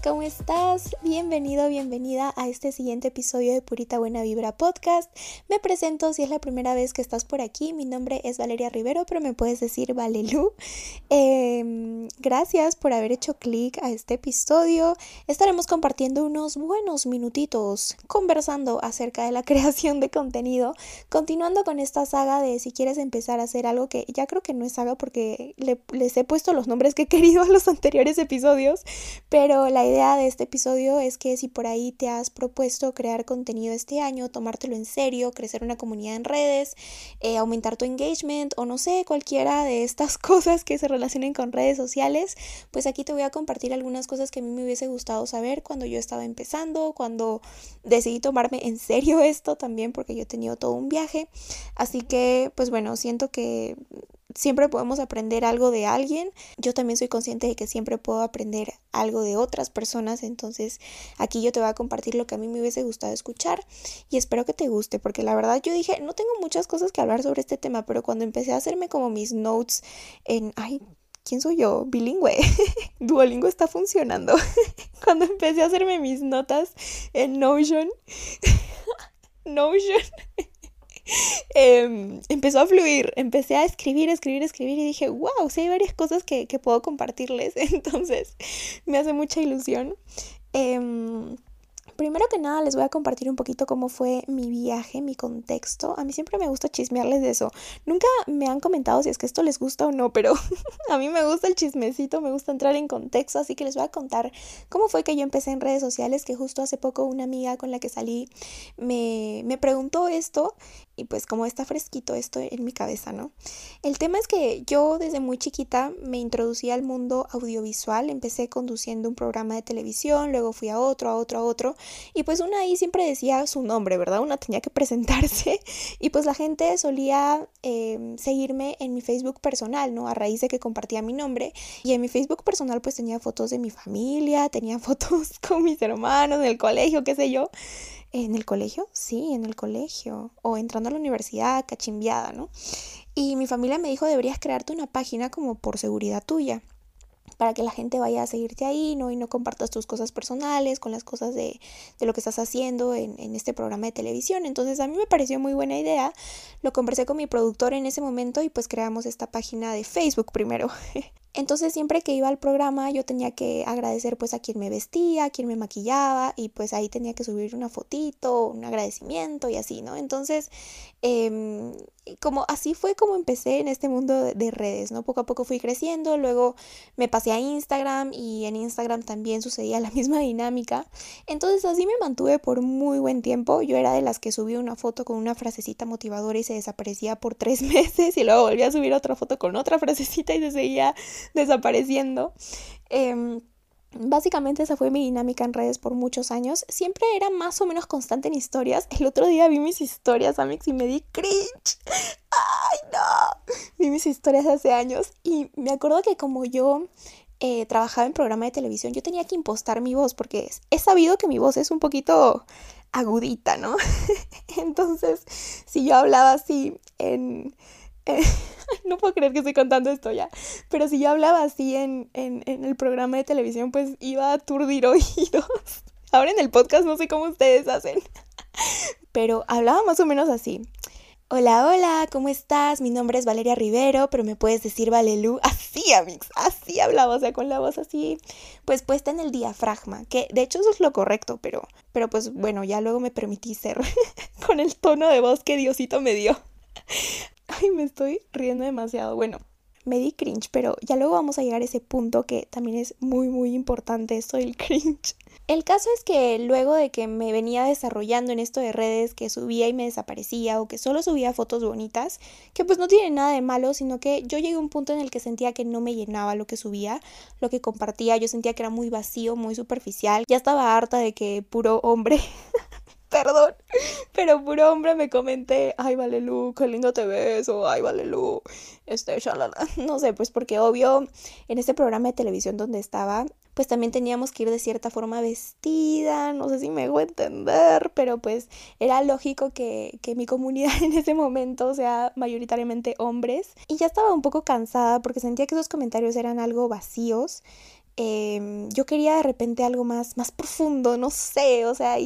¿cómo estás? Bienvenido, bienvenida a este siguiente episodio de Purita Buena Vibra Podcast. Me presento si es la primera vez que estás por aquí. Mi nombre es Valeria Rivero, pero me puedes decir Valelu. Gracias por haber hecho clic a este episodio. Estaremos compartiendo unos buenos minutitos conversando acerca de la creación de contenido, continuando con esta saga de si quieres empezar a hacer algo que ya creo que no es saga porque les he puesto los nombres que he querido a los anteriores episodios, pero la idea de este episodio es que si por ahí te has propuesto crear contenido este año, tomártelo en serio, crecer una comunidad en redes, aumentar tu engagement o no sé, cualquiera de estas cosas que se relacionen con redes sociales, pues aquí te voy a compartir algunas cosas que a mí me hubiese gustado saber cuando yo estaba empezando, cuando decidí tomarme en serio esto también, porque yo he tenido todo un viaje. Así que, pues bueno, siento que siempre podemos aprender algo de alguien. Yo también soy consciente de que siempre puedo aprender algo de otras personas, entonces aquí yo te voy a compartir lo que a mí me hubiese gustado escuchar y espero que te guste, porque la verdad yo dije, no tengo muchas cosas que hablar sobre este tema, pero cuando empecé a hacerme como mis notes ¿quién soy yo? Bilingüe. Duolingo está funcionando. Cuando empecé a hacerme mis notas en Notion, empezó a fluir, empecé a escribir y dije, wow, sí hay varias cosas que puedo compartirles, entonces me hace mucha ilusión. Primero que nada les voy a compartir un poquito cómo fue mi viaje, mi contexto. A mí siempre me gusta chismearles de eso. Nunca me han comentado si es que esto les gusta o no, pero a mí me gusta el chismecito, me gusta entrar en contexto, así que les voy a contar cómo fue que yo empecé en redes sociales, que justo hace poco una amiga con la que salí me preguntó esto y pues como está fresquito esto en mi cabeza, ¿no? El tema es que yo desde muy chiquita me introducí al mundo audiovisual, empecé conduciendo un programa de televisión, luego fui a otro, y pues una ahí siempre decía su nombre, ¿verdad? Una tenía que presentarse y pues la gente solía seguirme en mi Facebook personal, ¿no? A raíz de que compartía mi nombre, y en mi Facebook personal pues tenía fotos de mi familia, tenía fotos con mis hermanos en el colegio, qué sé yo. ¿En el colegio? Sí, en el colegio. O entrando a la universidad, cachimbiada, ¿no? Y mi familia me dijo, deberías crearte una página como por seguridad tuya, para que la gente vaya a seguirte ahí, ¿no? Y no compartas tus cosas personales con las cosas de lo que estás haciendo en este programa de televisión. Entonces a mí me pareció muy buena idea. Lo conversé con mi productor en ese momento y pues creamos esta página de Facebook primero. Entonces siempre que iba al programa yo tenía que agradecer pues a quien me vestía, a quien me maquillaba, y pues ahí tenía que subir una fotito, un agradecimiento y así, ¿no? Entonces como así fue como empecé en este mundo de redes, ¿no? Poco a poco fui creciendo, luego me pasé a Instagram y en Instagram también sucedía la misma dinámica. Entonces así me mantuve por muy buen tiempo. Yo era de las que subía una foto con una frasecita motivadora y se desaparecía por 3 meses y luego volvía a subir otra foto con otra frasecita y se seguía desapareciendo. Básicamente esa fue mi dinámica en redes por muchos años. Siempre era más o menos constante en historias. El otro día vi mis historias, Amix, y me di cringe. ¡Ay, no! Vi mis historias de hace años y me acuerdo que como yo trabajaba en programa de televisión, yo tenía que impostar mi voz porque he sabido que mi voz es un poquito agudita, ¿no? Entonces, si yo hablaba así no puedo creer que estoy contando esto ya, pero si yo hablaba así en el programa de televisión, pues iba a aturdir oídos. Ahora en el podcast no sé cómo ustedes hacen, pero hablaba más o menos así. Hola, hola, ¿cómo estás? Mi nombre es Valeria Rivero, pero me puedes decir Valelu. Así, amigos, así hablaba, o sea, con la voz así, pues puesta en el diafragma, que de hecho eso es lo correcto, pero pues bueno, ya luego me permití ser con el tono de voz que Diosito me dio. Ay, me estoy riendo demasiado. Bueno, me di cringe, pero ya luego vamos a llegar a ese punto que también es muy, muy importante, esto del cringe. El caso es que luego de que me venía desarrollando en esto de redes, que subía y me desaparecía o que solo subía fotos bonitas, que pues no tiene nada de malo, sino que yo llegué a un punto en el que sentía que no me llenaba lo que subía, lo que compartía. Yo sentía que era muy vacío, muy superficial. Ya estaba harta de que puro hombre... Perdón, pero puro hombre me comenté, ay, Valelu, qué lindo te ves, o ay, Valelu, shalala. No sé, pues porque obvio, en este programa de televisión donde estaba, pues también teníamos que ir de cierta forma vestida, no sé si me hago entender, pero pues era lógico que mi comunidad en ese momento sea mayoritariamente hombres, y ya estaba un poco cansada porque sentía que esos comentarios eran algo vacíos. yo quería de repente algo más profundo, no sé, o sea,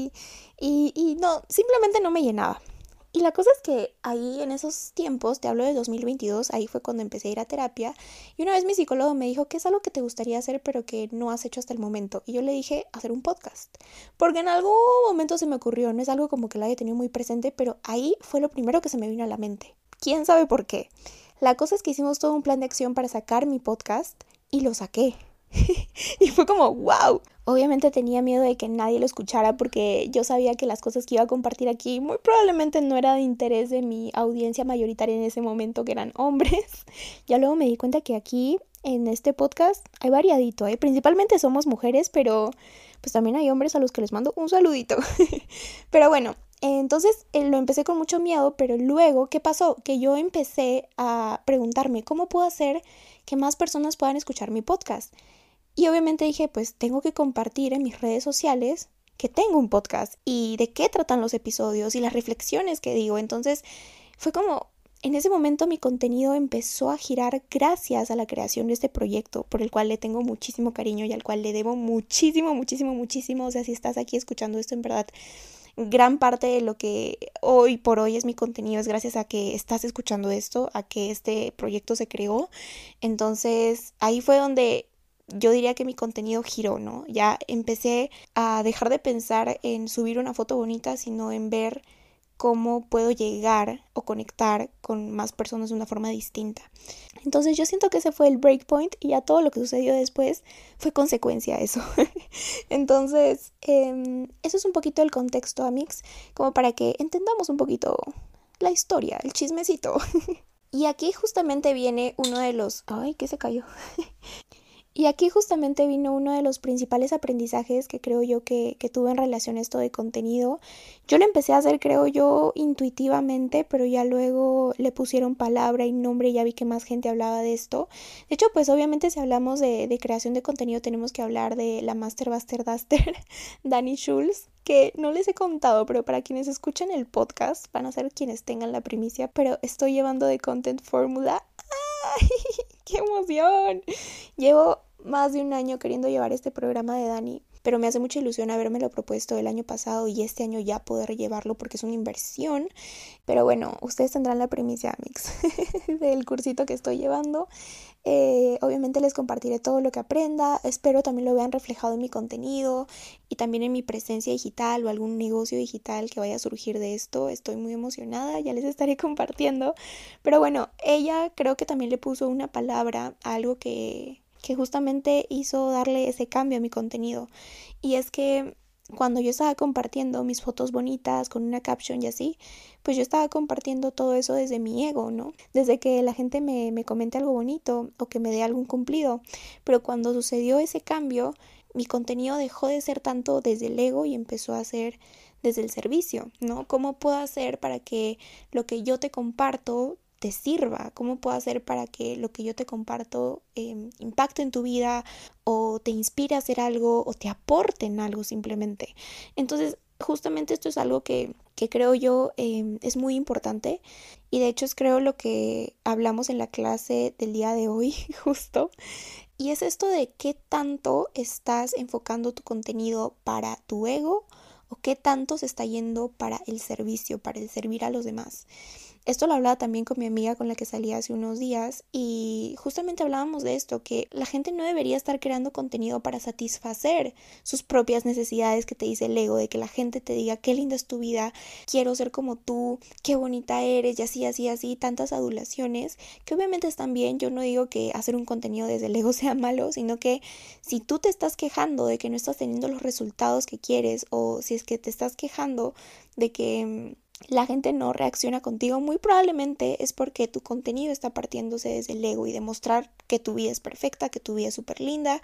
y no, simplemente no me llenaba. Y la cosa es que ahí en esos tiempos, te hablo de 2022, ahí fue cuando empecé a ir a terapia, y una vez mi psicólogo me dijo que es algo que te gustaría hacer pero que no has hecho hasta el momento. Y yo le dije hacer un podcast, porque en algún momento se me ocurrió, no es algo como que lo haya tenido muy presente, pero ahí fue lo primero que se me vino a la mente. ¿Quién sabe por qué? La cosa es que hicimos todo un plan de acción para sacar mi podcast y lo saqué. Y fue como, wow. Obviamente tenía miedo de que nadie lo escuchara porque yo sabía que las cosas que iba a compartir aquí muy probablemente no era de interés de mi audiencia mayoritaria en ese momento, que eran hombres. Ya luego me di cuenta que aquí en este podcast hay variadito, ¿eh? Principalmente somos mujeres, pero pues también hay hombres a los que les mando un saludito. Pero bueno, entonces lo empecé con mucho miedo, pero luego, ¿qué pasó? Que yo empecé a preguntarme, ¿cómo puedo hacer que más personas puedan escuchar mi podcast? Y obviamente dije, pues tengo que compartir en mis redes sociales que tengo un podcast y de qué tratan los episodios y las reflexiones que digo. Entonces fue como, en ese momento mi contenido empezó a girar gracias a la creación de este proyecto, por el cual le tengo muchísimo cariño y al cual le debo muchísimo, muchísimo, muchísimo. O sea, si estás aquí escuchando esto, en verdad, gran parte de lo que hoy por hoy es mi contenido es gracias a que estás escuchando esto, a que este proyecto se creó. Entonces ahí fue donde yo diría que mi contenido giró, ¿no? Ya empecé a dejar de pensar en subir una foto bonita, sino en ver cómo puedo llegar o conectar con más personas de una forma distinta. Entonces yo siento que ese fue el breakpoint y ya todo lo que sucedió después fue consecuencia de eso. Entonces, eso es un poquito el contexto, Amix, como para que entendamos un poquito la historia, el chismecito. Y aquí justamente viene uno de los... Ay, ¿qué se cayó? Y aquí justamente vino uno de los principales aprendizajes que creo yo que tuve en relación a esto de contenido. Yo lo empecé a hacer, creo yo, intuitivamente, pero ya luego le pusieron palabra y nombre y ya vi que más gente hablaba de esto. De hecho, pues obviamente si hablamos de creación de contenido tenemos que hablar de la Master Buster Duster, Dani Schulz, que no les he contado, pero para quienes escuchen el podcast van a ser quienes tengan la primicia, pero estoy llevando de Content Fórmula. ¡Ay! ¡Qué emoción! Llevo más de un año queriendo llevar este programa de Dani, pero me hace mucha ilusión habérmelo propuesto el año pasado y este año ya poder llevarlo porque es una inversión. Pero bueno, ustedes tendrán la primicia, Mix, del cursito que estoy llevando. Obviamente les compartiré todo lo que aprenda, espero también lo vean reflejado en mi contenido y también en mi presencia digital o algún negocio digital que vaya a surgir de esto. Estoy muy emocionada, ya les estaré compartiendo. Pero bueno, ella creo que también le puso una palabra a algo que justamente hizo darle ese cambio a mi contenido. Y es que cuando yo estaba compartiendo mis fotos bonitas con una caption y así, pues yo estaba compartiendo todo eso desde mi ego, ¿no? Desde que la gente me comente algo bonito o que me dé algún cumplido. Pero cuando sucedió ese cambio, mi contenido dejó de ser tanto desde el ego y empezó a ser desde el servicio, ¿no? ¿Cómo puedo hacer para que lo que yo te comparto te sirva? ¿Cómo puedo hacer para que lo que yo te comparto impacte en tu vida o te inspire a hacer algo o te aporte en algo simplemente? Entonces, justamente esto es algo que creo yo es muy importante y de hecho es creo lo que hablamos en la clase del día de hoy justo. Y es esto de qué tanto estás enfocando tu contenido para tu ego o qué tanto se está yendo para el servicio, para el servir a los demás. Esto lo hablaba también con mi amiga con la que salí hace unos días y justamente hablábamos de esto, que la gente no debería estar creando contenido para satisfacer sus propias necesidades que te dice el ego, de que la gente te diga qué linda es tu vida, quiero ser como tú, qué bonita eres y así, así, así, tantas adulaciones que obviamente están bien. Yo no digo que hacer un contenido desde el ego sea malo, sino que si tú te estás quejando de que no estás teniendo los resultados que quieres o si es que te estás quejando de que la gente no reacciona contigo, muy probablemente es porque tu contenido está partiéndose desde el ego y demostrar que tu vida es perfecta, que tu vida es súper linda,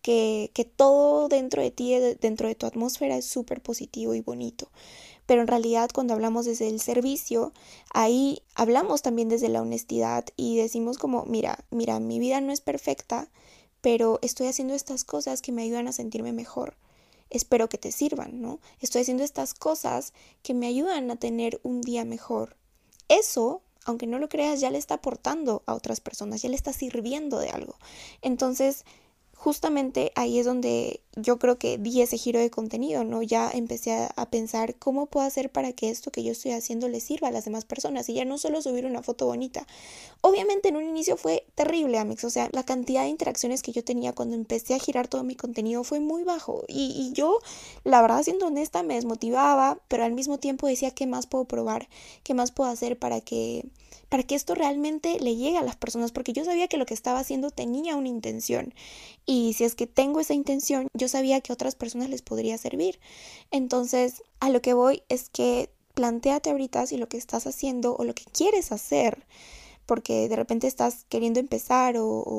que todo dentro de ti, dentro de tu atmósfera es súper positivo y bonito. Pero en realidad cuando hablamos desde el servicio, ahí hablamos también desde la honestidad y decimos como, mira, mi vida no es perfecta, pero estoy haciendo estas cosas que me ayudan a sentirme mejor. Espero que te sirvan, ¿no? Estoy haciendo estas cosas que me ayudan a tener un día mejor. Eso, aunque no lo creas, ya le está aportando a otras personas, ya le está sirviendo de algo. Entonces, justamente ahí es donde yo creo que di ese giro de contenido, ¿no? Ya empecé a pensar cómo puedo hacer para que esto que yo estoy haciendo le sirva a las demás personas y ya no solo subir una foto bonita. Obviamente en un inicio fue terrible, Amix, o sea, la cantidad de interacciones que yo tenía cuando empecé a girar todo mi contenido fue muy bajo y yo, la verdad, siendo honesta, me desmotivaba, pero al mismo tiempo decía, ¿qué más puedo probar? ¿Qué más puedo hacer para que esto realmente le llegue a las personas? Porque yo sabía que lo que estaba haciendo tenía una intención y si es que tengo esa intención, yo sabía que a otras personas les podría servir. Entonces, a lo que voy es que plantéate ahorita si lo que estás haciendo o lo que quieres hacer, porque de repente estás queriendo empezar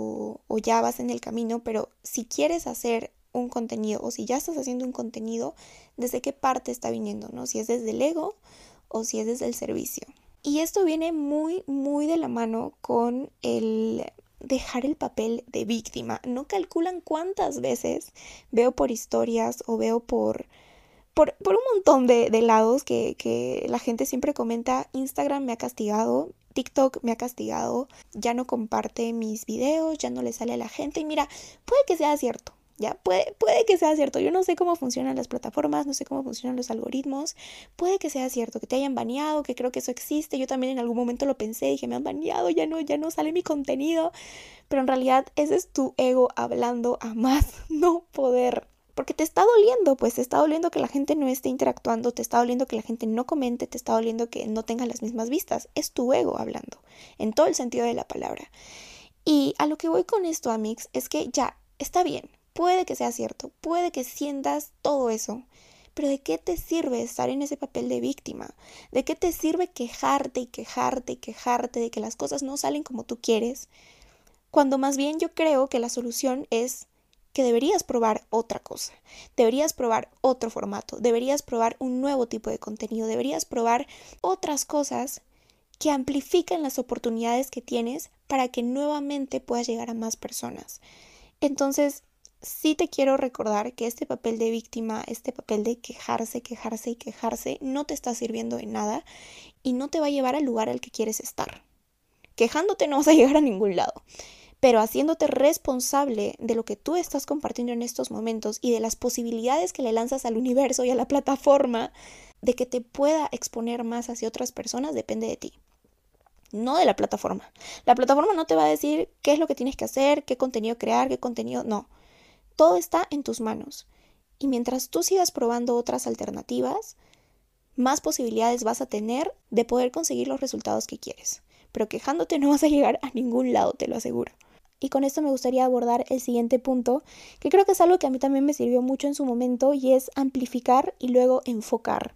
o ya vas en el camino, pero si quieres hacer un contenido o si ya estás haciendo un contenido, ¿desde qué parte está viniendo, no? Si es desde el ego o si es desde el servicio. Y esto viene muy, muy de la mano con el dejar el papel de víctima. No calculan cuántas veces veo por historias o veo por un montón de lados que la gente siempre comenta: Instagram me ha castigado, TikTok me ha castigado, ya no comparte mis videos, ya no le sale a la gente. Y mira, puede que sea cierto, ya puede que sea cierto. Yo no sé cómo funcionan las plataformas, no sé cómo funcionan los algoritmos. Puede que sea cierto, que te hayan baneado, que creo que eso existe. Yo también en algún momento lo pensé, dije, me han baneado, ya no sale mi contenido. Pero en realidad ese es tu ego hablando a más no poder. Porque te está doliendo, pues te está doliendo que la gente no esté interactuando, te está doliendo que la gente no comente, te está doliendo que no tenga las mismas vistas. Es tu ego hablando, en todo el sentido de la palabra. Y a lo que voy con esto, Amix, es que ya, está bien, puede que sea cierto, puede que sientas todo eso, pero ¿de qué te sirve estar en ese papel de víctima? ¿De qué te sirve quejarte y quejarte y quejarte de que las cosas no salen como tú quieres? Cuando más bien yo creo que la solución es que deberías probar otra cosa, deberías probar otro formato, deberías probar un nuevo tipo de contenido, deberías probar otras cosas que amplifiquen las oportunidades que tienes para que nuevamente puedas llegar a más personas. Entonces, sí te quiero recordar que este papel de víctima, este papel de quejarse, quejarse y quejarse, no te está sirviendo de nada y no te va a llevar al lugar al que quieres estar. Quejándote no vas a llegar a ningún lado, pero haciéndote responsable de lo que tú estás compartiendo en estos momentos y de las posibilidades que le lanzas al universo y a la plataforma de que te pueda exponer más hacia otras personas, depende de ti, no de la plataforma. La plataforma no te va a decir qué es lo que tienes que hacer, qué contenido crear, qué contenido... No, todo está en tus manos. Y mientras tú sigas probando otras alternativas, más posibilidades vas a tener de poder conseguir los resultados que quieres. Pero quejándote no vas a llegar a ningún lado, te lo aseguro. Y con esto me gustaría abordar el siguiente punto, que creo que es algo que a mí también me sirvió mucho en su momento, y es amplificar y luego enfocar.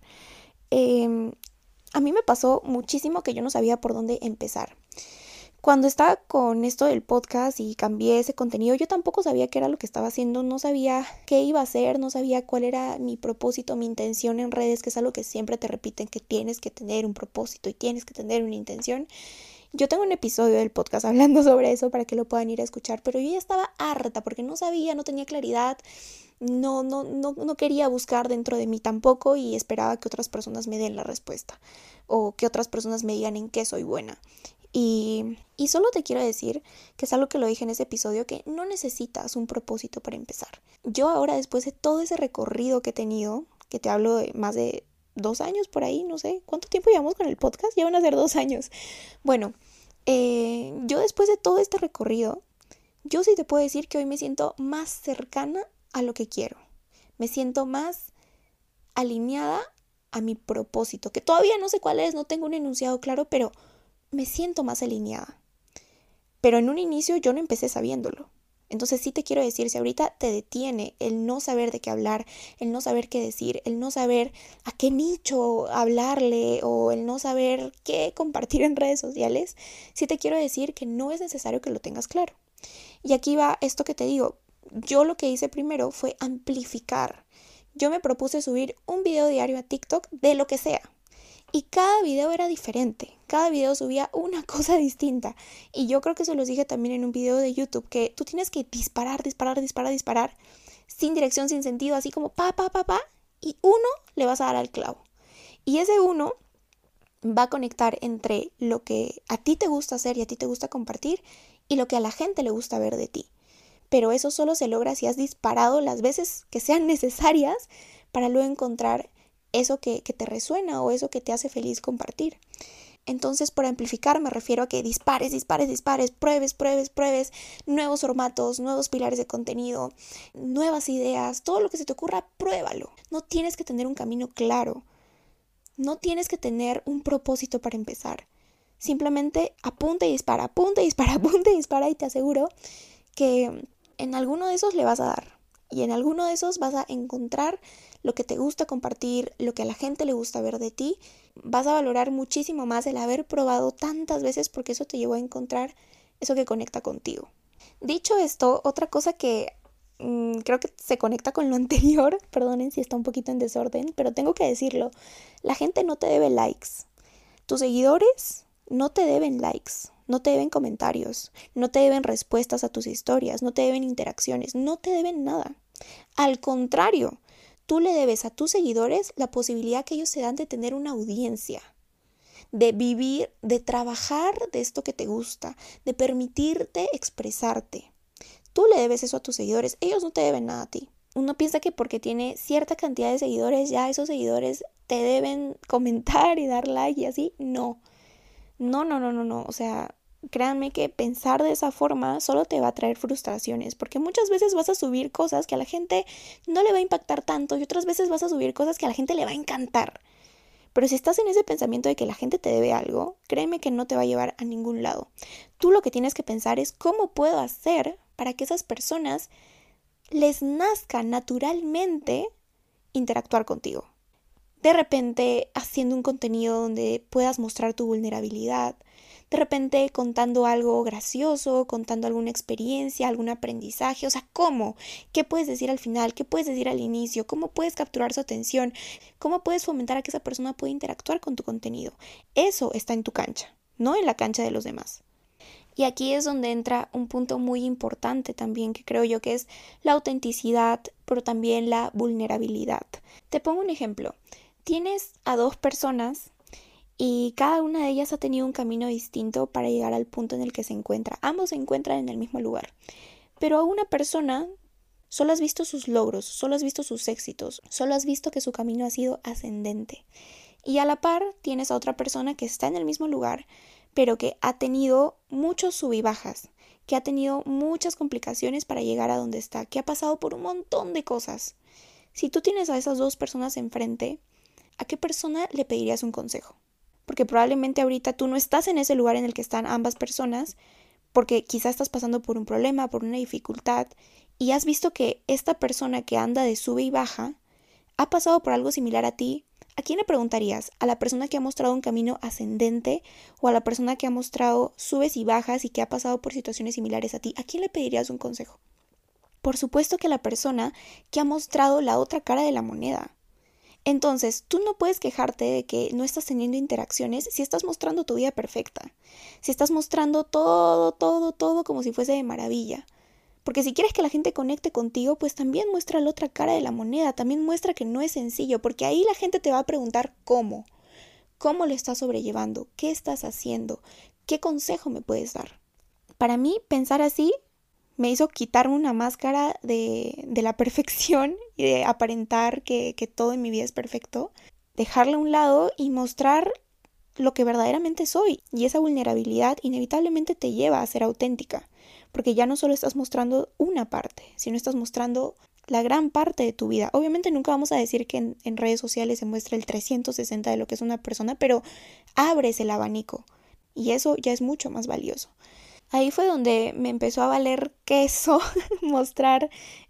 A mí me pasó muchísimo que yo no sabía por dónde empezar. Cuando estaba con esto del podcast y cambié ese contenido, yo tampoco sabía qué era lo que estaba haciendo, no sabía qué iba a hacer, no sabía cuál era mi propósito, mi intención en redes, que es algo que siempre te repiten, que tienes que tener un propósito y tienes que tener una intención. Yo tengo un episodio del podcast hablando sobre eso para que lo puedan ir a escuchar, pero yo ya estaba harta porque no sabía, no tenía claridad, no quería buscar dentro de mí tampoco y esperaba que otras personas me den la respuesta o que otras personas me digan en qué soy buena. Y solo te quiero decir, que es algo que lo dije en ese episodio, que no necesitas un propósito para empezar. Yo ahora, después de todo ese recorrido que he tenido, que te hablo de más de 2 años por ahí, no sé, ¿cuánto tiempo llevamos con el podcast? Ya van a ser 2 años. Bueno, yo después de todo este recorrido, yo sí te puedo decir que hoy me siento más cercana a lo que quiero. Me siento más alineada a mi propósito, que todavía no sé cuál es, no tengo un enunciado claro, pero me siento más alineada. Pero en un inicio yo no empecé sabiéndolo. Entonces sí te quiero decir, si ahorita te detiene el no saber de qué hablar, el no saber qué decir, el no saber a qué nicho hablarle o el no saber qué compartir en redes sociales, sí te quiero decir que no es necesario que lo tengas claro. Y aquí va esto que te digo. Yo lo que hice primero fue amplificar. Yo me propuse subir un video diario a TikTok de lo que sea. Y cada video era diferente, cada video subía una cosa distinta. Y yo creo que se los dije también en un video de YouTube, que tú tienes que disparar, sin dirección, sin sentido, así como pa, y uno le vas a dar al clavo. Y ese uno va a conectar entre lo que a ti te gusta hacer y a ti te gusta compartir y lo que a la gente le gusta ver de ti. pero eso solo se logra si has disparado las veces que sean necesarias para luego encontrar eso que te resuena o eso que te hace feliz compartir. Entonces, por amplificar me refiero a que dispares, pruebes, nuevos formatos, nuevos pilares de contenido, nuevas ideas, todo lo que se te ocurra, pruébalo. No tienes que tener un camino claro, no tienes que tener un propósito para empezar. Simplemente apunta y dispara y te aseguro que en alguno de esos le vas a dar. Y en alguno de esos vas a encontrar lo que te gusta compartir, lo que a la gente le gusta ver de ti. Vas a valorar muchísimo más el haber probado tantas veces porque eso te llevó a encontrar eso que conecta contigo. Dicho esto, otra cosa que creo que se conecta con lo anterior, perdonen si está un poquito en desorden, pero tengo que decirlo, la gente no te debe likes. Tus seguidores no te deben likes, no te deben comentarios, no te deben respuestas a tus historias, no te deben interacciones, no te deben nada. Al contrario, tú le debes a tus seguidores la posibilidad que ellos se dan de tener una audiencia, de vivir, de trabajar de esto que te gusta, de permitirte expresarte. Tú le debes eso a tus seguidores, ellos no te deben nada a ti. Uno piensa que porque tiene cierta cantidad de seguidores, ya esos seguidores te deben comentar y dar like y así. No. O sea, créanme que pensar de esa forma solo te va a traer frustraciones, porque muchas veces vas a subir cosas que a la gente no le va a impactar tanto y otras veces vas a subir cosas que a la gente le va a encantar. Pero si estás en ese pensamiento de que la gente te debe algo, créeme que no te va a llevar a ningún lado. Tú lo que tienes que pensar es cómo puedo hacer para que esas personas les nazca naturalmente interactuar contigo. De repente haciendo un contenido donde puedas mostrar tu vulnerabilidad, de repente contando algo gracioso, contando alguna experiencia, algún aprendizaje, o sea, ¿cómo? ¿Qué puedes decir al final? ¿Qué puedes decir al inicio? ¿Cómo puedes capturar su atención? ¿Cómo puedes fomentar a que esa persona pueda interactuar con tu contenido? Eso está en tu cancha, no en la cancha de los demás. Y aquí es donde entra un punto muy importante también que creo yo que es la autenticidad, pero también la vulnerabilidad. Te pongo un ejemplo. Tienes a dos personas y cada una de ellas ha tenido un camino distinto para llegar al punto en el que se encuentra. Ambos se encuentran en el mismo lugar. Pero a una persona solo has visto sus logros, solo has visto sus éxitos, solo has visto que su camino ha sido ascendente. Y a la par tienes a otra persona que está en el mismo lugar, pero que ha tenido muchos sub y bajas, que ha tenido muchas complicaciones para llegar a donde está, que ha pasado por un montón de cosas. Si tú tienes a esas dos personas enfrente, ¿a qué persona le pedirías un consejo? Porque probablemente ahorita tú no estás en ese lugar en el que están ambas personas, porque quizás estás pasando por un problema, por una dificultad, y has visto que esta persona que anda de sube y baja ha pasado por algo similar a ti. ¿A quién le preguntarías? ¿A la persona que ha mostrado un camino ascendente o a la persona que ha mostrado subes y bajas y que ha pasado por situaciones similares a ti? ¿A quién le pedirías un consejo? Por supuesto que a la persona que ha mostrado la otra cara de la moneda. Entonces, tú no puedes quejarte de que no estás teniendo interacciones si estás mostrando tu vida perfecta, si estás mostrando todo como si fuese de maravilla. Porque si quieres que la gente conecte contigo, pues también muestra la otra cara de la moneda, también muestra que no es sencillo, porque ahí la gente te va a preguntar cómo lo estás sobrellevando, qué estás haciendo, qué consejo me puedes dar. Para mí, pensar así me hizo quitarme una máscara de la perfección y de aparentar que todo en mi vida es perfecto, dejarla a un lado y mostrar lo que verdaderamente soy. Y esa vulnerabilidad inevitablemente te lleva a ser auténtica, porque ya no solo estás mostrando una parte, sino estás mostrando la gran parte de tu vida. Obviamente nunca vamos a decir que en redes sociales se muestra el 360 de lo que es una persona, pero abres el abanico y eso ya es mucho más valioso. Ahí fue donde me empezó a valer queso mostrar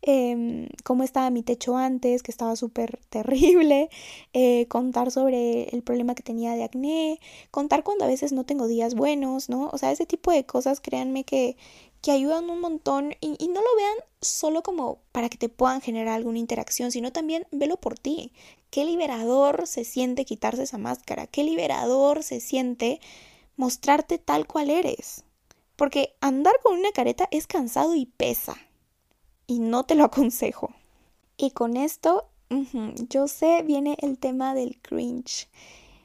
cómo estaba mi techo antes, que estaba súper terrible, contar sobre el problema que tenía de acné, contar cuando a veces no tengo días buenos, ¿no? O sea, ese tipo de cosas, créanme que ayudan un montón y no lo vean solo como para que te puedan generar alguna interacción, sino también velo por ti. Qué liberador se siente quitarse esa máscara, qué liberador se siente mostrarte tal cual eres. Porque andar con una careta es cansado y pesa. Y no te lo aconsejo. Y con esto, yo sé, viene el tema del cringe.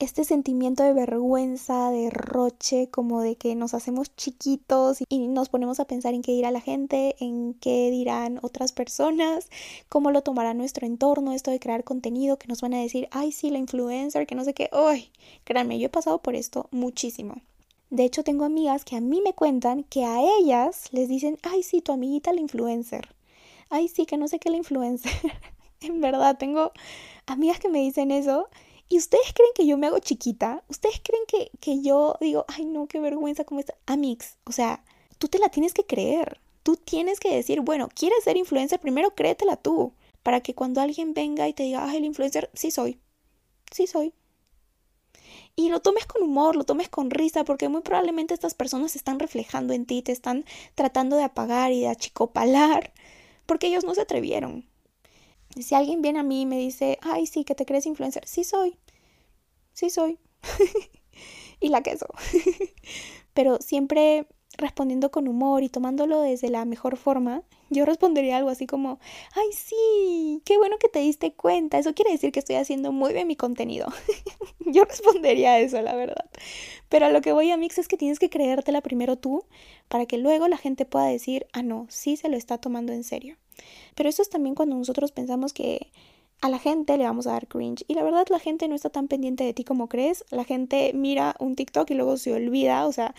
este sentimiento de vergüenza, de roche, como de que nos hacemos chiquitos y nos ponemos a pensar en qué dirá la gente, en qué dirán otras personas, cómo lo tomará nuestro entorno, esto de crear contenido, que nos van a decir, ay, sí, la influencer, que no sé qué. Uy, créanme, yo he pasado por esto muchísimo. De hecho, tengo amigas que a mí me cuentan que a ellas les dicen, ay, sí, tu amiguita la influencer. Ay, sí, que no sé qué la influencer. En verdad, tengo amigas que me dicen eso. ¿Y ustedes creen que yo me hago chiquita? ¿Ustedes creen que yo digo, ay no, qué vergüenza como está? Amix, o sea, tú te la tienes que creer. Tú tienes que decir, bueno, ¿quieres ser influencer? Primero créetela tú. Para que cuando alguien venga y te diga, ay, el influencer, sí soy. Sí soy. Y lo tomes con humor, lo tomes con risa, porque muy probablemente estas personas se están reflejando en ti, te están tratando de apagar y de achicopalar, porque ellos no se atrevieron. Si alguien viene a mí y me dice, ay, sí, que te crees influencer, sí soy. Sí soy. Y la queso. Pero siempre respondiendo con humor y tomándolo desde la mejor forma, yo respondería algo así como, ay sí, qué bueno que te diste cuenta, eso quiere decir que estoy haciendo muy bien mi contenido. Yo respondería eso, la verdad. Pero a lo que voy, a Mix, es que tienes que creértela primero tú para que luego la gente pueda decir, ah, no, sí se lo está tomando en serio. Pero eso es también cuando nosotros pensamos que a la gente le vamos a dar cringe. Y la verdad, la gente no está tan pendiente de ti como crees. La gente mira un TikTok y luego se olvida. O sea,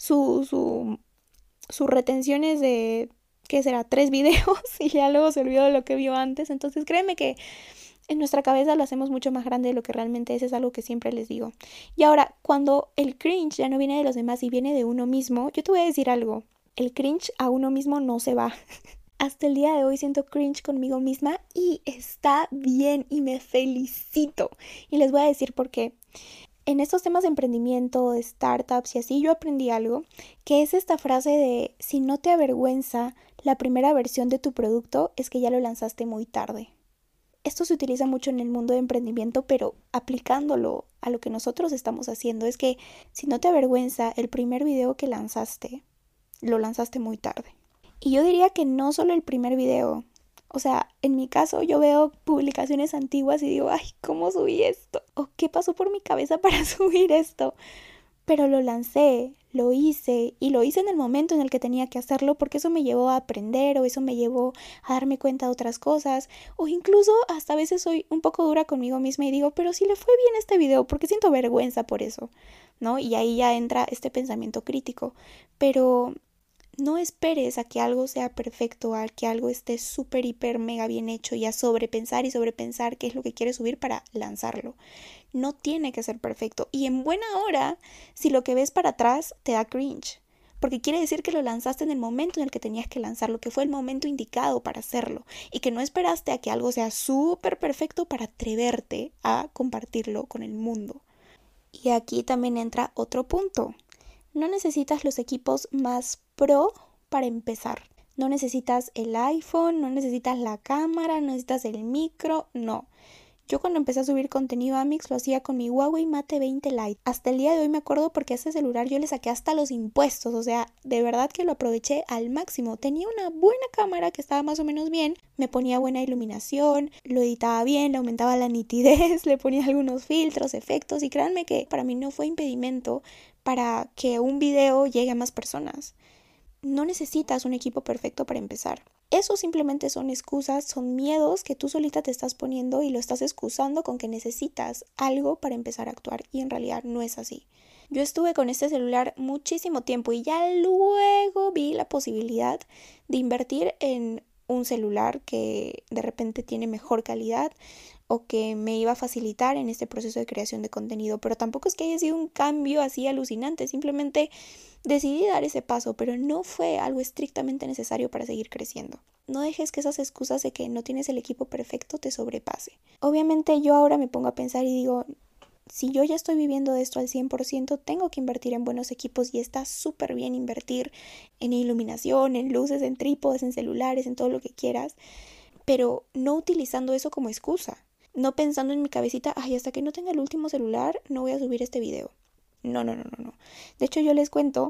su retención es de, ¿qué será? 3 videos y ya luego se olvidó de lo que vio antes. Entonces créeme que en nuestra cabeza lo hacemos mucho más grande de lo que realmente es algo que siempre les digo. Y ahora, cuando el cringe ya no viene de los demás y viene de uno mismo, yo te voy a decir algo. El cringe a uno mismo no se va. Hasta el día de hoy siento cringe conmigo misma y está bien y me felicito. Y les voy a decir por qué. En estos temas de emprendimiento, de startups y así, yo aprendí algo, que es esta frase de si no te avergüenza la primera versión de tu producto, es que ya lo lanzaste muy tarde. Esto se utiliza mucho en el mundo de emprendimiento, pero aplicándolo a lo que nosotros estamos haciendo, es que si no te avergüenza el primer video que lanzaste, lo lanzaste muy tarde. Y yo diría que no solo el primer video. O sea, en mi caso yo veo publicaciones antiguas y digo, ay, ¿cómo subí esto? ¿O qué pasó por mi cabeza para subir esto? Pero lo lancé, lo hice y lo hice en el momento en el que tenía que hacerlo porque eso me llevó a aprender o eso me llevó a darme cuenta de otras cosas o incluso hasta a veces soy un poco dura conmigo misma y digo, pero si le fue bien este video, ¿por qué siento vergüenza por eso? ¿No? Y ahí ya entra este pensamiento crítico. Pero no esperes a que algo sea perfecto, a que algo esté súper, hiper, mega bien hecho y a sobrepensar y sobrepensar qué es lo que quieres subir para lanzarlo. No tiene que ser perfecto. Y en buena hora, si lo que ves para atrás te da cringe. Porque quiere decir que lo lanzaste en el momento en el que tenías que lanzarlo, que fue el momento indicado para hacerlo. Y que no esperaste a que algo sea súper perfecto para atreverte a compartirlo con el mundo. Y aquí también entra otro punto. No necesitas los equipos más pro para empezar. No necesitas el iPhone, no necesitas la cámara, no necesitas el micro, no. Yo cuando empecé a subir contenido a Mix lo hacía con mi Huawei Mate 20 Lite. Hasta el día de hoy me acuerdo porque a ese celular yo le saqué hasta los impuestos, o sea, de verdad que lo aproveché al máximo. Tenía una buena cámara que estaba más o menos bien, me ponía buena iluminación, lo editaba bien, le aumentaba la nitidez, le ponía algunos filtros, efectos y créanme que para mí no fue impedimento para que un video llegue a más personas. No necesitas un equipo perfecto para empezar. Eso simplemente son excusas, son miedos que tú solita te estás poniendo y lo estás excusando con que necesitas algo para empezar a actuar y en realidad no es así. Yo estuve con este celular muchísimo tiempo y ya luego vi la posibilidad de invertir en un celular que de repente tiene mejor calidad o que me iba a facilitar en este proceso de creación de contenido, pero tampoco es que haya sido un cambio así alucinante, simplemente decidí dar ese paso, pero no fue algo estrictamente necesario para seguir creciendo. No dejes que esas excusas de que no tienes el equipo perfecto te sobrepase. Obviamente yo ahora me pongo a pensar y digo, si yo ya estoy viviendo de esto al 100%, tengo que invertir en buenos equipos y está súper bien invertir en iluminación, en luces, en trípodes, en celulares, en todo lo que quieras, pero no utilizando eso como excusa. No pensando en mi cabecita, ay, hasta que no tenga el último celular, no voy a subir este video. No. De hecho, yo les cuento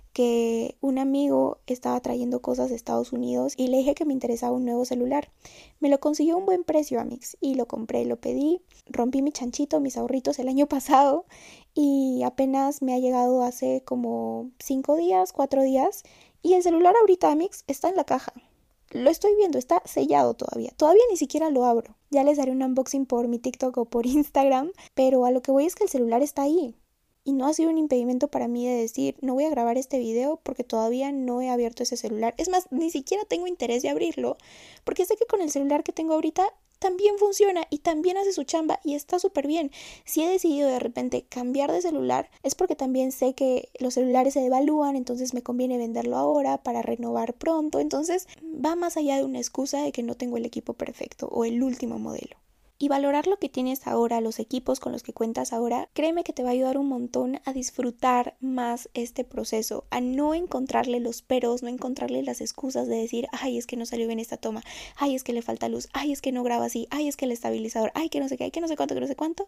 que un amigo estaba trayendo cosas de Estados Unidos y le dije que me interesaba un nuevo celular. Me lo consiguió a un buen precio, Amix, y lo compré, lo pedí, rompí mi chanchito, mis ahorritos el año pasado y apenas me ha llegado hace como 5 días, 4 días y el celular ahorita, Amix, está en la caja. Lo estoy viendo, está sellado todavía. Todavía ni siquiera lo abro. Ya les haré un unboxing por mi TikTok o por Instagram, pero a lo que voy es que el celular está ahí. Y no ha sido un impedimento para mí de decir, no voy a grabar este video porque todavía no he abierto ese celular. Es más, ni siquiera tengo interés de abrirlo, porque sé que con el celular que tengo ahorita también funciona y también hace su chamba y está súper bien. Si he decidido de repente cambiar de celular es porque también sé que los celulares se devalúan, entonces me conviene venderlo ahora para renovar pronto. Entonces va más allá de una excusa de que no tengo el equipo perfecto o el último modelo. Y valorar lo que tienes ahora, los equipos con los que cuentas ahora, créeme que te va a ayudar un montón a disfrutar más este proceso, a no encontrarle los peros, no encontrarle las excusas de decir, ay, es que no salió bien esta toma, ay, es que le falta luz, ay, es que no graba así, ay, es que el estabilizador, ay, que no sé qué, ay, que no sé cuánto, que no sé cuánto.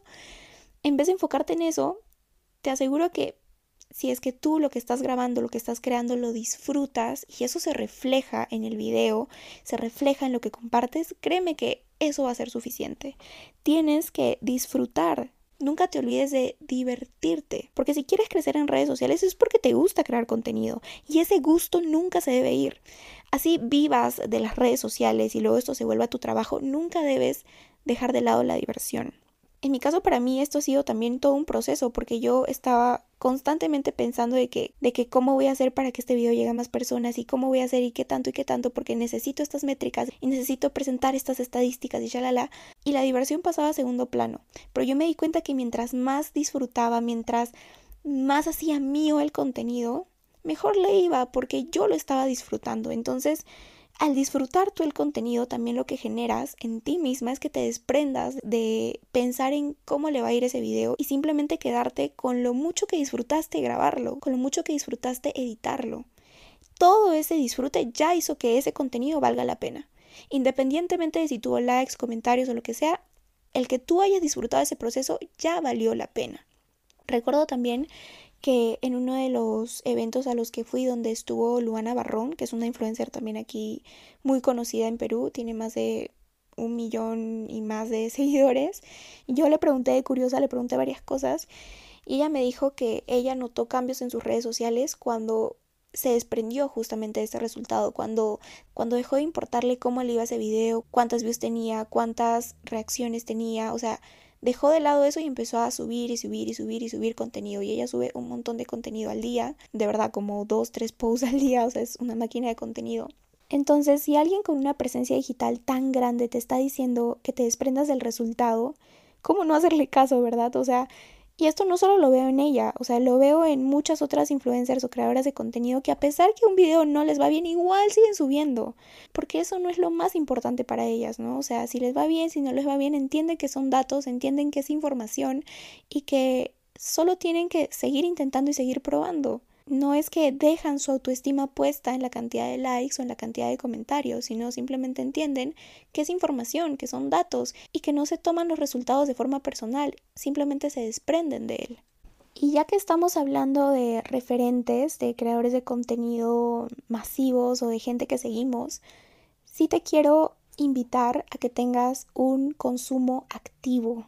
En vez de enfocarte en eso, te aseguro que si es que tú lo que estás grabando, lo que estás creando, lo disfrutas y eso se refleja en el video, se refleja en lo que compartes, créeme que eso va a ser suficiente. Tienes que disfrutar. Nunca te olvides de divertirte, porque si quieres crecer en redes sociales es porque te gusta crear contenido y ese gusto nunca se debe ir. Así vivas de las redes sociales y luego esto se vuelva tu trabajo, nunca debes dejar de lado la diversión. En mi caso, para mí esto ha sido también todo un proceso porque yo estaba constantemente pensando de que cómo voy a hacer para que este video llegue a más personas y cómo voy a hacer y qué tanto porque necesito estas métricas y necesito presentar estas estadísticas y shalala. Y la diversión pasaba a segundo plano. Pero yo me di cuenta que mientras más disfrutaba, mientras más hacía mío el contenido, mejor le iba porque yo lo estaba disfrutando. Entonces, al disfrutar tú el contenido, también lo que generas en ti misma es que te desprendas de pensar en cómo le va a ir ese video y simplemente quedarte con lo mucho que disfrutaste grabarlo, con lo mucho que disfrutaste editarlo. Todo ese disfrute ya hizo que ese contenido valga la pena. Independientemente de si tuvo likes, comentarios o lo que sea, el que tú hayas disfrutado ese proceso ya valió la pena. Recuerdo también que en uno de los eventos a los que fui donde estuvo Luana Barrón, que es una influencer también aquí muy conocida en Perú, tiene más de 1 millón y más de seguidores, y yo le pregunté de curiosa, le pregunté varias cosas y ella me dijo que ella notó cambios en sus redes sociales cuando se desprendió justamente de ese resultado, cuando dejó de importarle cómo le iba ese video, cuántas views tenía, cuántas reacciones tenía, o sea, dejó de lado eso y empezó a subir y subir y subir y subir contenido. Y ella sube un montón de contenido al día, de verdad como 2, 3 posts al día, o sea, es una máquina de contenido. Entonces, si alguien con una presencia digital tan grande te está diciendo que te desprendas del resultado, ¿cómo no hacerle caso, verdad? O sea, y esto no solo lo veo en ella, o sea, lo veo en muchas otras influencers o creadoras de contenido que a pesar que un video no les va bien, igual siguen subiendo, porque eso no es lo más importante para ellas, ¿no? O sea, si les va bien, si no les va bien, entienden que son datos, entienden que es información y que solo tienen que seguir intentando y seguir probando. No es que dejan su autoestima puesta en la cantidad de likes o en la cantidad de comentarios, sino simplemente entienden que es información, que son datos y que no se toman los resultados de forma personal, simplemente se desprenden de él. Y ya que estamos hablando de referentes, de creadores de contenido masivos o de gente que seguimos, sí te quiero invitar a que tengas un consumo activo.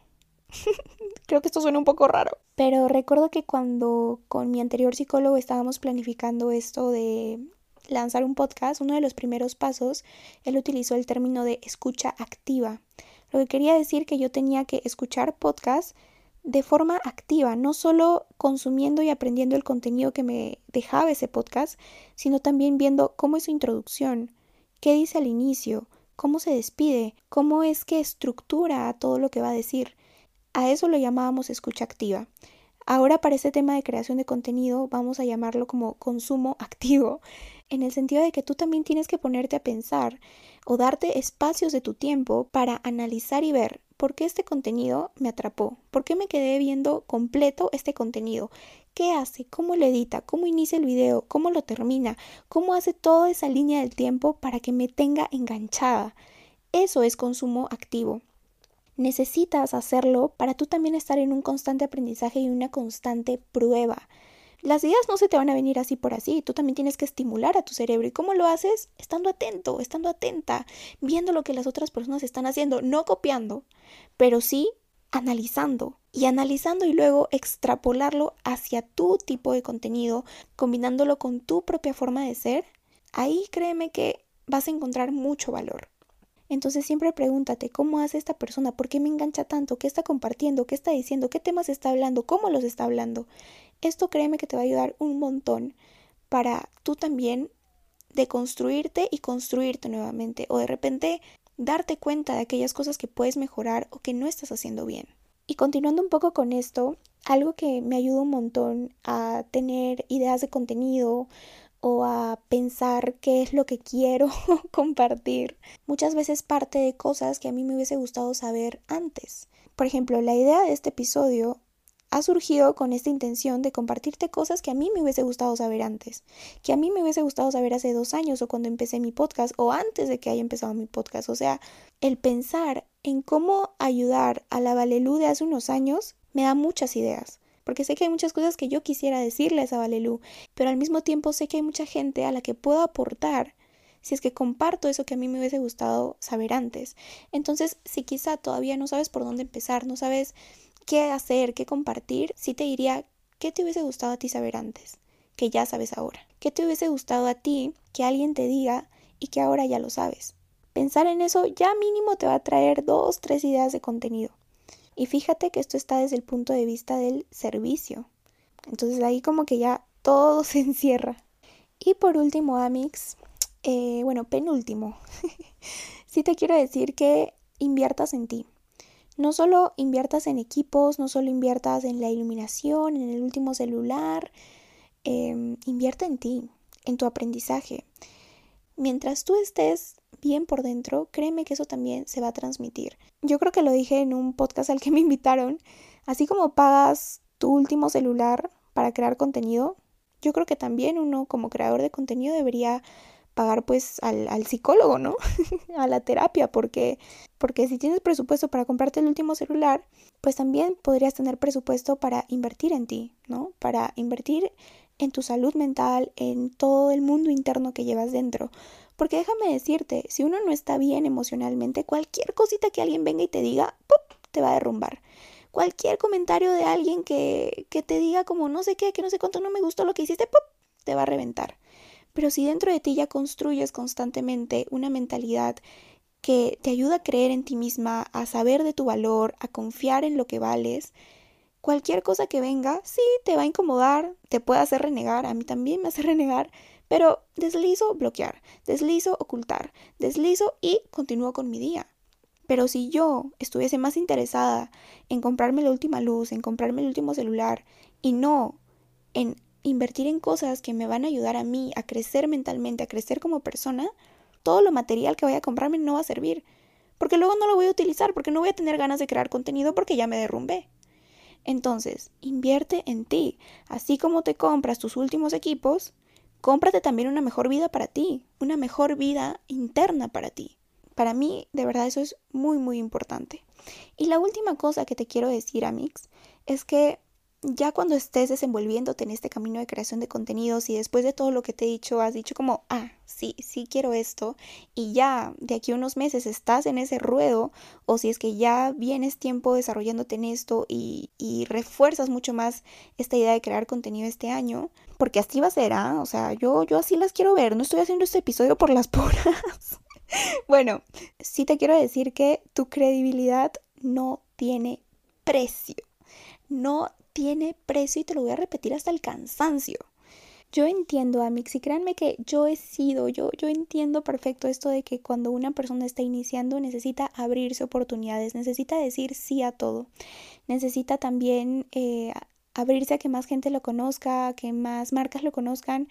Creo que esto suena un poco raro, pero recuerdo que cuando con mi anterior psicólogo estábamos planificando esto de lanzar un podcast, uno de los primeros pasos, él utilizó el término de escucha activa. Lo que quería decir que yo tenía que escuchar podcast de forma activa, no solo consumiendo y aprendiendo el contenido que me dejaba ese podcast, sino también viendo cómo es su introducción, qué dice al inicio, cómo se despide, cómo es que estructura todo lo que va a decir. A eso lo llamábamos escucha activa. Ahora para este tema de creación de contenido vamos a llamarlo como consumo activo, en el sentido de que tú también tienes que ponerte a pensar o darte espacios de tu tiempo para analizar y ver por qué este contenido me atrapó, por qué me quedé viendo completo este contenido, qué hace, cómo lo edita, cómo inicia el video, cómo lo termina, cómo hace toda esa línea del tiempo para que me tenga enganchada. Eso es consumo activo. Necesitas hacerlo para tú también estar en un constante aprendizaje y una constante prueba. Las ideas no se te van a venir así por así, tú también tienes que estimular a tu cerebro. ¿Y cómo lo haces? Estando atento, estando atenta, viendo lo que las otras personas están haciendo, no copiando, pero sí analizando y luego extrapolarlo hacia tu tipo de contenido, combinándolo con tu propia forma de ser. Ahí créeme que vas a encontrar mucho valor. Entonces siempre pregúntate, ¿cómo hace esta persona? ¿Por qué me engancha tanto? ¿Qué está compartiendo? ¿Qué está diciendo? ¿Qué temas está hablando? ¿Cómo los está hablando? Esto créeme que te va a ayudar un montón para tú también deconstruirte y construirte nuevamente. O de repente darte cuenta de aquellas cosas que puedes mejorar o que no estás haciendo bien. Y continuando un poco con esto, algo que me ayuda un montón a tener ideas de contenido o a pensar qué es lo que quiero compartir. Muchas veces parte de cosas que a mí me hubiese gustado saber antes. Por ejemplo, la idea de este episodio ha surgido con esta intención de compartirte cosas que a mí me hubiese gustado saber antes, que a mí me hubiese gustado saber hace 2 años o cuando empecé mi podcast o antes de que haya empezado mi podcast. O sea, el pensar en cómo ayudar a la Valelú de hace unos años me da muchas ideas. Porque sé que hay muchas cosas que yo quisiera decirles a Valelú, pero al mismo tiempo sé que hay mucha gente a la que puedo aportar si es que comparto eso que a mí me hubiese gustado saber antes. Entonces, si quizá todavía no sabes por dónde empezar, no sabes qué hacer, qué compartir, sí te diría, ¿qué te hubiese gustado a ti saber antes? Que ya sabes ahora. ¿Qué te hubiese gustado a ti que alguien te diga y que ahora ya lo sabes? Pensar en eso ya mínimo te va a traer 2, 3 ideas de contenido. Y fíjate que esto está desde el punto de vista del servicio. Entonces ahí como que ya todo se encierra. Y por último, Amix, penúltimo, sí te quiero decir que inviertas en ti. No solo inviertas en equipos, no solo inviertas en la iluminación, en el último celular, invierte en ti, en tu aprendizaje. Mientras tú estés bien por dentro, créeme que eso también se va a transmitir. Yo creo que lo dije en un podcast al que me invitaron. Así como pagas tu último celular para crear contenido, yo creo que también uno como creador de contenido debería pagar pues al psicólogo, ¿no? A la terapia, porque si tienes presupuesto para comprarte el último celular, pues también podrías tener presupuesto para invertir en ti, ¿no? Para invertir en tu salud mental, en todo el mundo interno que llevas dentro. Porque déjame decirte, si uno no está bien emocionalmente, cualquier cosita que alguien venga y te diga, ¡pum!, te va a derrumbar. Cualquier comentario de alguien que te diga como no sé qué, que no sé cuánto, no me gustó lo que hiciste, ¡pum!, te va a reventar. Pero si dentro de ti ya construyes constantemente una mentalidad que te ayuda a creer en ti misma, a saber de tu valor, a confiar en lo que vales, cualquier cosa que venga, sí, te va a incomodar, te puede hacer renegar, a mí también me hace renegar, pero deslizo bloquear, deslizo ocultar, deslizo y continúo con mi día. Pero si yo estuviese más interesada en comprarme la última luz, en comprarme el último celular y no en invertir en cosas que me van a ayudar a mí a crecer mentalmente, a crecer como persona, todo lo material que vaya a comprarme no va a servir. Porque luego no lo voy a utilizar, porque no voy a tener ganas de crear contenido porque ya me derrumbé. Entonces, invierte en ti. Así como te compras tus últimos equipos, cómprate también una mejor vida para ti, una mejor vida interna para ti. Para mí, de verdad, eso es muy, muy importante. Y la última cosa que te quiero decir, Amix, es que ya cuando estés desenvolviéndote en este camino de creación de contenidos y después de todo lo que te he dicho, has dicho como, sí, sí quiero esto, y ya de aquí a unos meses estás en ese ruedo, o si es que ya vienes tiempo desarrollándote en esto y refuerzas mucho más esta idea de crear contenido este año, porque así va a ser, o sea, yo así las quiero ver, no estoy haciendo este episodio por las puras. Bueno, sí te quiero decir que tu credibilidad no tiene precio. No tiene precio y te lo voy a repetir hasta el cansancio. Yo entiendo, Amix, y créanme que yo entiendo perfecto esto de que cuando una persona está iniciando necesita abrirse oportunidades, necesita decir sí a todo, necesita también abrirse a que más gente lo conozca, que más marcas lo conozcan,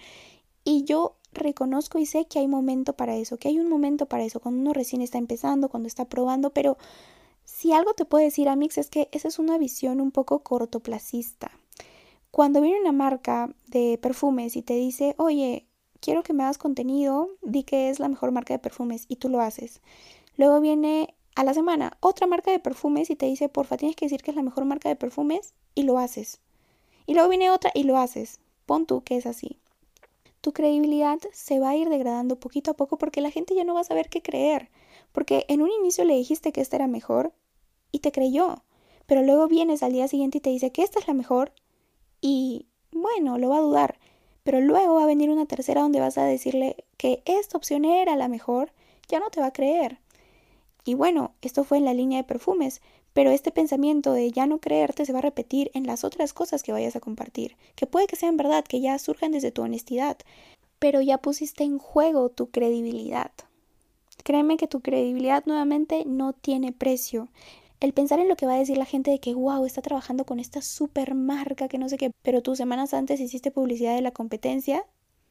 y yo reconozco y sé que hay momento para eso, que hay un momento para eso, cuando uno recién está empezando, cuando está probando, pero si algo te puedo decir, Amix, es que esa es una visión un poco cortoplacista. Cuando viene una marca de perfumes y te dice, oye, quiero que me hagas contenido, di que es la mejor marca de perfumes y tú lo haces. Luego viene a la semana otra marca de perfumes y te dice, porfa, tienes que decir que es la mejor marca de perfumes y lo haces. Y luego viene otra y lo haces. Pon tú que es así. Tu credibilidad se va a ir degradando poquito a poco porque la gente ya no va a saber qué creer. Porque en un inicio le dijiste que esta era mejor y te creyó. Pero luego vienes al día siguiente y te dice que esta es la mejor y bueno, lo va a dudar. Pero luego va a venir una tercera donde vas a decirle que esta opción era la mejor, ya no te va a creer. Y bueno, esto fue en la línea de perfumes, pero este pensamiento de ya no creerte se va a repetir en las otras cosas que vayas a compartir, que puede que sean verdad, que ya surjan desde tu honestidad, pero ya pusiste en juego tu credibilidad. Créeme que tu credibilidad nuevamente no tiene precio. El pensar en lo que va a decir la gente de que wow, está trabajando con esta super marca que no sé qué, pero tú semanas antes hiciste publicidad de la competencia,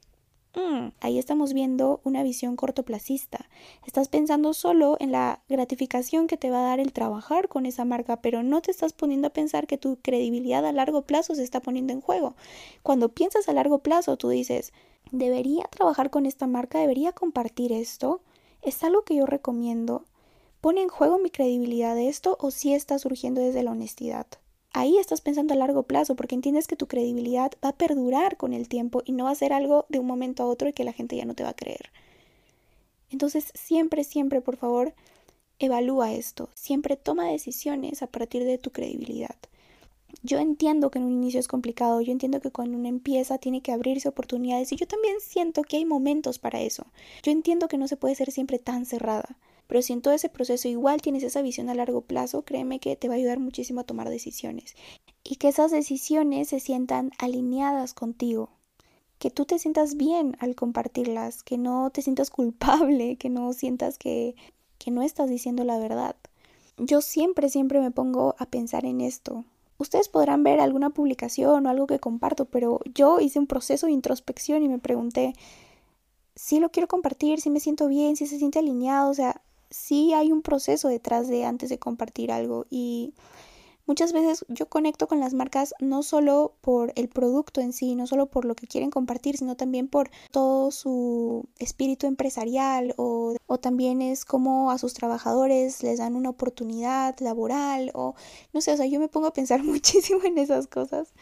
ahí estamos viendo una visión cortoplacista. Estás pensando solo en la gratificación que te va a dar el trabajar con esa marca, pero no te estás poniendo a pensar que tu credibilidad a largo plazo se está poniendo en juego. Cuando piensas a largo plazo, tú dices, ¿debería trabajar con esta marca? ¿Debería compartir esto? ¿Es algo que yo recomiendo? ¿Pone en juego mi credibilidad de esto o sí está surgiendo desde la honestidad? Ahí estás pensando a largo plazo porque entiendes que tu credibilidad va a perdurar con el tiempo y no va a ser algo de un momento a otro y que la gente ya no te va a creer. Entonces siempre, siempre, por favor, evalúa esto. Siempre toma decisiones a partir de tu credibilidad. Yo entiendo que en un inicio es complicado, yo entiendo que cuando uno empieza tiene que abrirse oportunidades y yo también siento que hay momentos para eso. Yo entiendo que no se puede ser siempre tan cerrada. Pero si en todo ese proceso igual tienes esa visión a largo plazo, créeme que te va a ayudar muchísimo a tomar decisiones. Y que esas decisiones se sientan alineadas contigo. Que tú te sientas bien al compartirlas, que no te sientas culpable, que no sientas que no estás diciendo la verdad. Yo siempre, siempre me pongo a pensar en esto. Ustedes podrán ver alguna publicación o algo que comparto, pero yo hice un proceso de introspección y me pregunté si lo quiero compartir, si me siento bien, si se siente alineado, o sea, sí hay un proceso detrás de antes de compartir algo y muchas veces yo conecto con las marcas no solo por el producto en sí, no solo por lo que quieren compartir, sino también por todo su espíritu empresarial o también es como a sus trabajadores les dan una oportunidad laboral o no sé, o sea, yo me pongo a pensar muchísimo en esas cosas.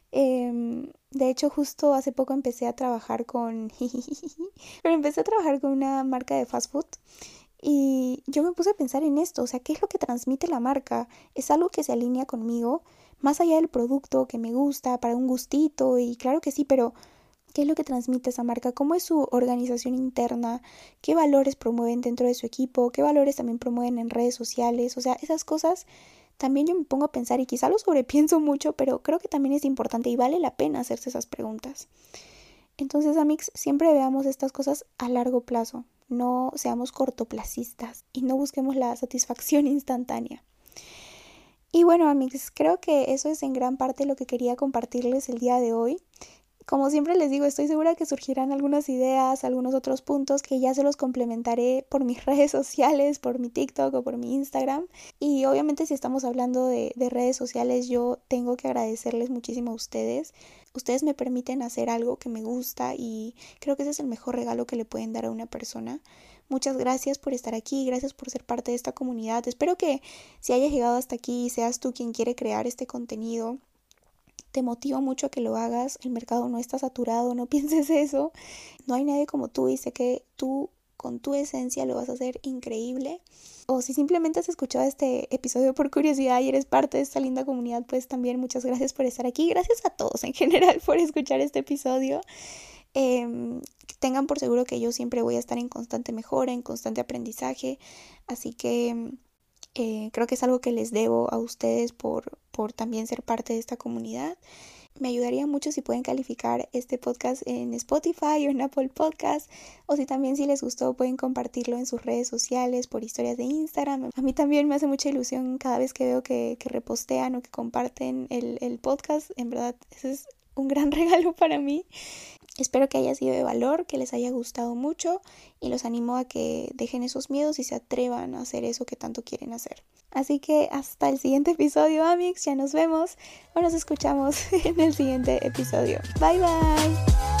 De hecho, justo hace poco empecé a trabajar pero empecé a trabajar con una marca de fast food. Y yo me puse a pensar en esto, o sea, ¿qué es lo que transmite la marca? ¿Es algo que se alinea conmigo? Más allá del producto que me gusta, para un gustito, y claro que sí, pero ¿qué es lo que transmite esa marca? ¿Cómo es su organización interna? ¿Qué valores promueven dentro de su equipo? ¿Qué valores también promueven en redes sociales? O sea, esas cosas también yo me pongo a pensar y quizá lo sobrepienso mucho, pero creo que también es importante y vale la pena hacerse esas preguntas. Entonces, amigos, siempre veamos estas cosas a largo plazo. No seamos cortoplacistas y no busquemos la satisfacción instantánea. Y bueno, amigos, creo que eso es en gran parte lo que quería compartirles el día de hoy. Como siempre les digo, estoy segura que surgirán algunas ideas, algunos otros puntos que ya se los complementaré por mis redes sociales, por mi TikTok o por mi Instagram. Y obviamente si estamos hablando de redes sociales, yo tengo que agradecerles muchísimo a ustedes. Ustedes me permiten hacer algo que me gusta y creo que ese es el mejor regalo que le pueden dar a una persona. Muchas gracias por estar aquí, gracias por ser parte de esta comunidad. Espero que si hayas llegado hasta aquí, seas tú quien quiere crear este contenido. Te motiva mucho a que lo hagas, el mercado no está saturado, no pienses eso. No hay nadie como tú y sé que tú con tu esencia lo vas a hacer increíble. O si simplemente has escuchado este episodio por curiosidad y eres parte de esta linda comunidad, pues también muchas gracias por estar aquí. Gracias a todos en general por escuchar este episodio. Tengan por seguro que yo siempre voy a estar en constante mejora, en constante aprendizaje. Así que creo que es algo que les debo a ustedes por también ser parte de esta comunidad. Me ayudaría mucho si pueden calificar este podcast en Spotify o en Apple Podcast, o si también si les gustó pueden compartirlo en sus redes sociales, por historias de Instagram. A mí también me hace mucha ilusión cada vez que veo que repostean o que comparten el podcast. En verdad, ese es un gran regalo para mí. Espero que haya sido de valor, que les haya gustado mucho y los animo a que dejen esos miedos y se atrevan a hacer eso que tanto quieren hacer. Así que hasta el siguiente episodio, amigos, ya nos vemos o nos escuchamos en el siguiente episodio. Bye bye.